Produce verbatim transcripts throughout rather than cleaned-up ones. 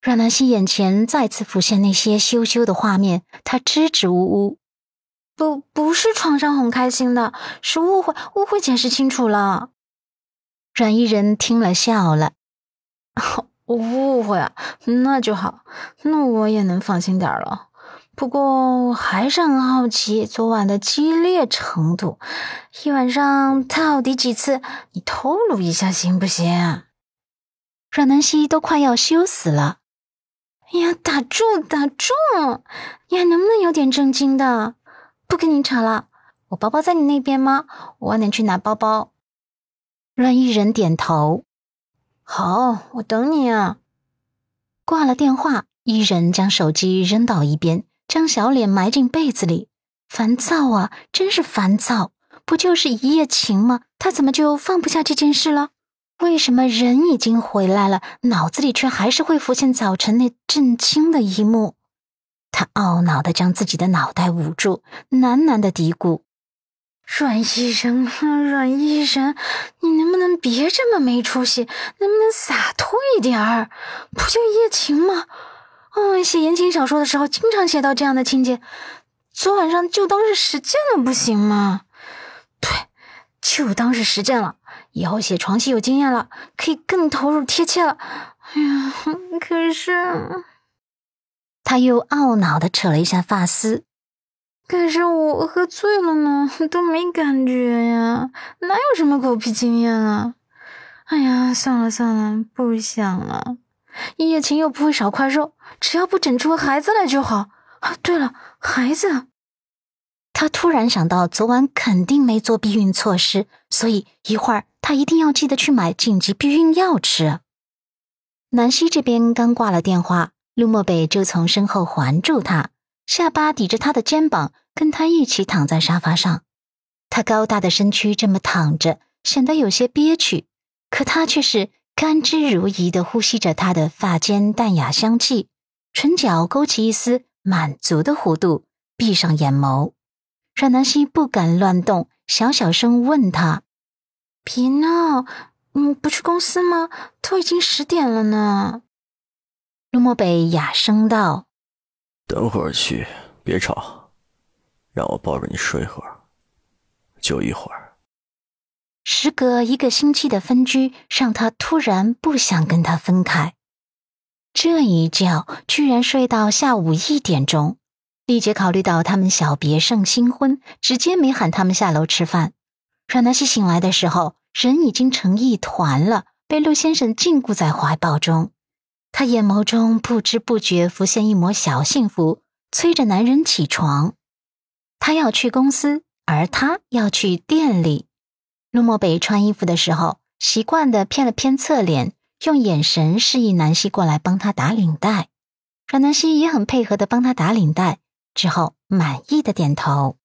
阮南希眼前再次浮现那些羞羞的画面，她支支吾吾。不，不是床上哄开心的，是误会，误会解释清楚了。阮依人听了笑了。误会啊，那就好，那我也能放心点了。不过我还是很好奇昨晚的激烈程度，一晚上到底几次？你透露一下行不行？阮南希都快要羞死了。哎呀，打住打住，你还能不能有点正经的？不跟你吵了，我包包在你那边吗？我晚点去拿包包。阮依人点头。好，我等你啊。挂了电话，依人将手机扔到一边，将小脸埋进被子里。烦躁啊，真是烦躁。不就是一夜情吗？他怎么就放不下这件事了？为什么人已经回来了，脑子里却还是会浮现早晨那震惊的一幕？他懊恼地将自己的脑袋捂住，喃喃地嘀咕：阮医生，阮医生，你能不能别这么没出息，能不能洒脱一点儿？不就一夜情吗？哦，写言情小说的时候经常写到这样的情节，昨晚上就当是实践了不行吗？对，就当是实践了，以后写床戏有经验了，可以更投入贴切了。哎呀，可是他又懊恼地扯了一下发丝。可是我喝醉了呢，都没感觉呀，哪有什么狗屁经验啊？哎呀，算了算了，不想了。一夜情又不会少块肉，只要不整出个孩子来就好。啊，对了，孩子。他突然想到昨晚肯定没做避孕措施，所以一会儿他一定要记得去买紧急避孕药吃。南希这边刚挂了电话，陆漠北就从身后环住他，下巴抵着他的肩膀，跟他一起躺在沙发上。他高大的身躯这么躺着，显得有些憋屈，可他却是甘之如饴地呼吸着他的发间淡雅香气，唇角勾起一丝满足的弧度，闭上眼眸。阮南希不敢乱动，小小声问他：别闹，你不去公司吗？都已经十点了呢。陆漠北哑声道： 等会儿去，别吵，让我抱着你睡会儿，就一会儿。 时隔一个星期的分居，让他突然不想跟他分开。这一觉居然睡到下午一点钟。丽姐考虑到他们小别胜新婚，直接没喊他们下楼吃饭。阮南希醒来的时候，人已经成一团了，被陆先生禁锢在怀抱中。他眼眸中不知不觉浮现一抹小幸福，催着男人起床。他要去公司，而他要去店里。陆漠北穿衣服的时候，习惯地偏了偏侧脸，用眼神示意南希过来帮他打领带。阮南希也很配合地帮他打领带，之后满意的点头。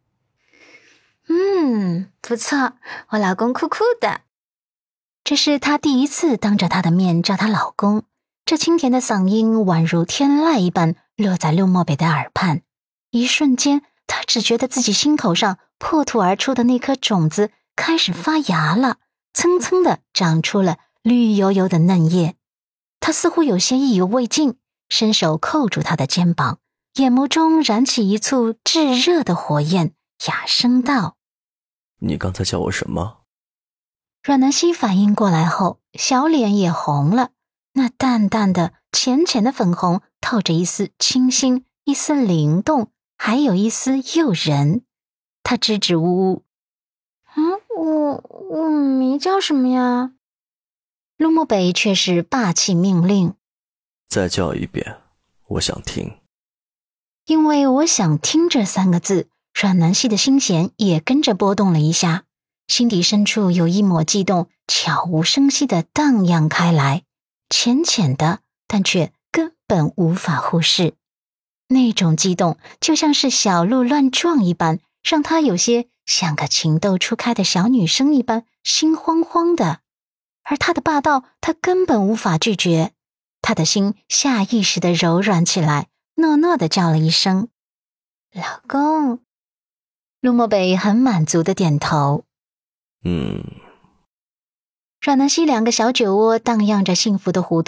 嗯，不错，我老公酷酷的。这是他第一次当着他的面叫他老公，这清甜的嗓音宛如天籁一般落在陆漠北的耳畔。一瞬间，他只觉得自己心口上破土而出的那颗种子开始发芽了，蹭蹭地长出了绿油油的嫩叶。他似乎有些意犹未尽，伸手扣住他的肩膀，眼眸中燃起一簇炙热的火焰，哑声道： 你刚才叫我什么？ 阮南希反应过来后，小脸也红了，那淡淡的浅浅的粉红透着一丝清新，一丝灵动，还有一丝诱人。他支支吾吾：嗯，我我没叫什么呀。陆漠北却是霸气命令： 再叫一遍，我想听。 因为我想听这三个字，阮南希的心弦也跟着波动了一下，心底深处有一抹悸动悄无声息地荡漾开来，浅浅的，但却根本无法忽视。那种激动就像是小鹿乱撞一般，让她有些像个情窦初开的小女生一般心慌慌的。而他的霸道，他根本无法拒绝。他的心下意识地柔软起来，诺诺地叫了一声老公。陆漠北很满足地点头。 嗯。 阮南希两个小酒窝荡漾着幸福的弧度，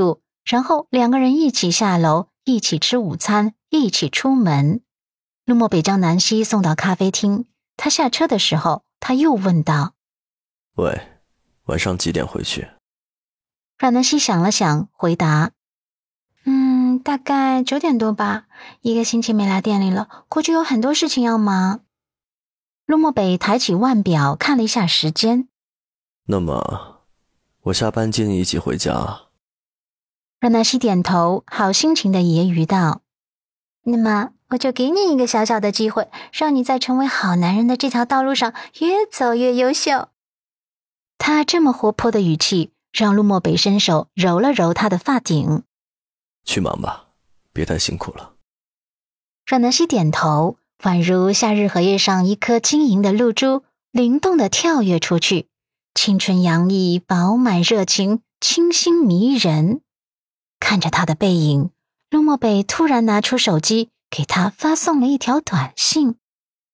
然后两个人一起下楼，一起吃午餐，一起出门。陆漠北将南希送到咖啡厅，他下车的时候，他又问道： 喂，晚上几点回去？ 阮南希想了想，回答：嗯，大概九点多吧，一个星期没来店里了，估计有很多事情要忙。陆漠北抬起腕表看了一下时间。 那么我下班接你一起回家。 阮南希点头，好心情的揶揄道：那么我就给你一个小小的机会，让你在成为好男人的这条道路上越走越优秀。他这么活泼的语气让陆漠北伸手揉了揉他的发顶。 去忙吧，别太辛苦了。 阮南希点头，宛如夏日荷叶上一颗晶莹的露珠，灵动地跳跃出去，青春洋溢，饱满热情，清新迷人。看着他的背影，陆漠北突然拿出手机给他发送了一条短信。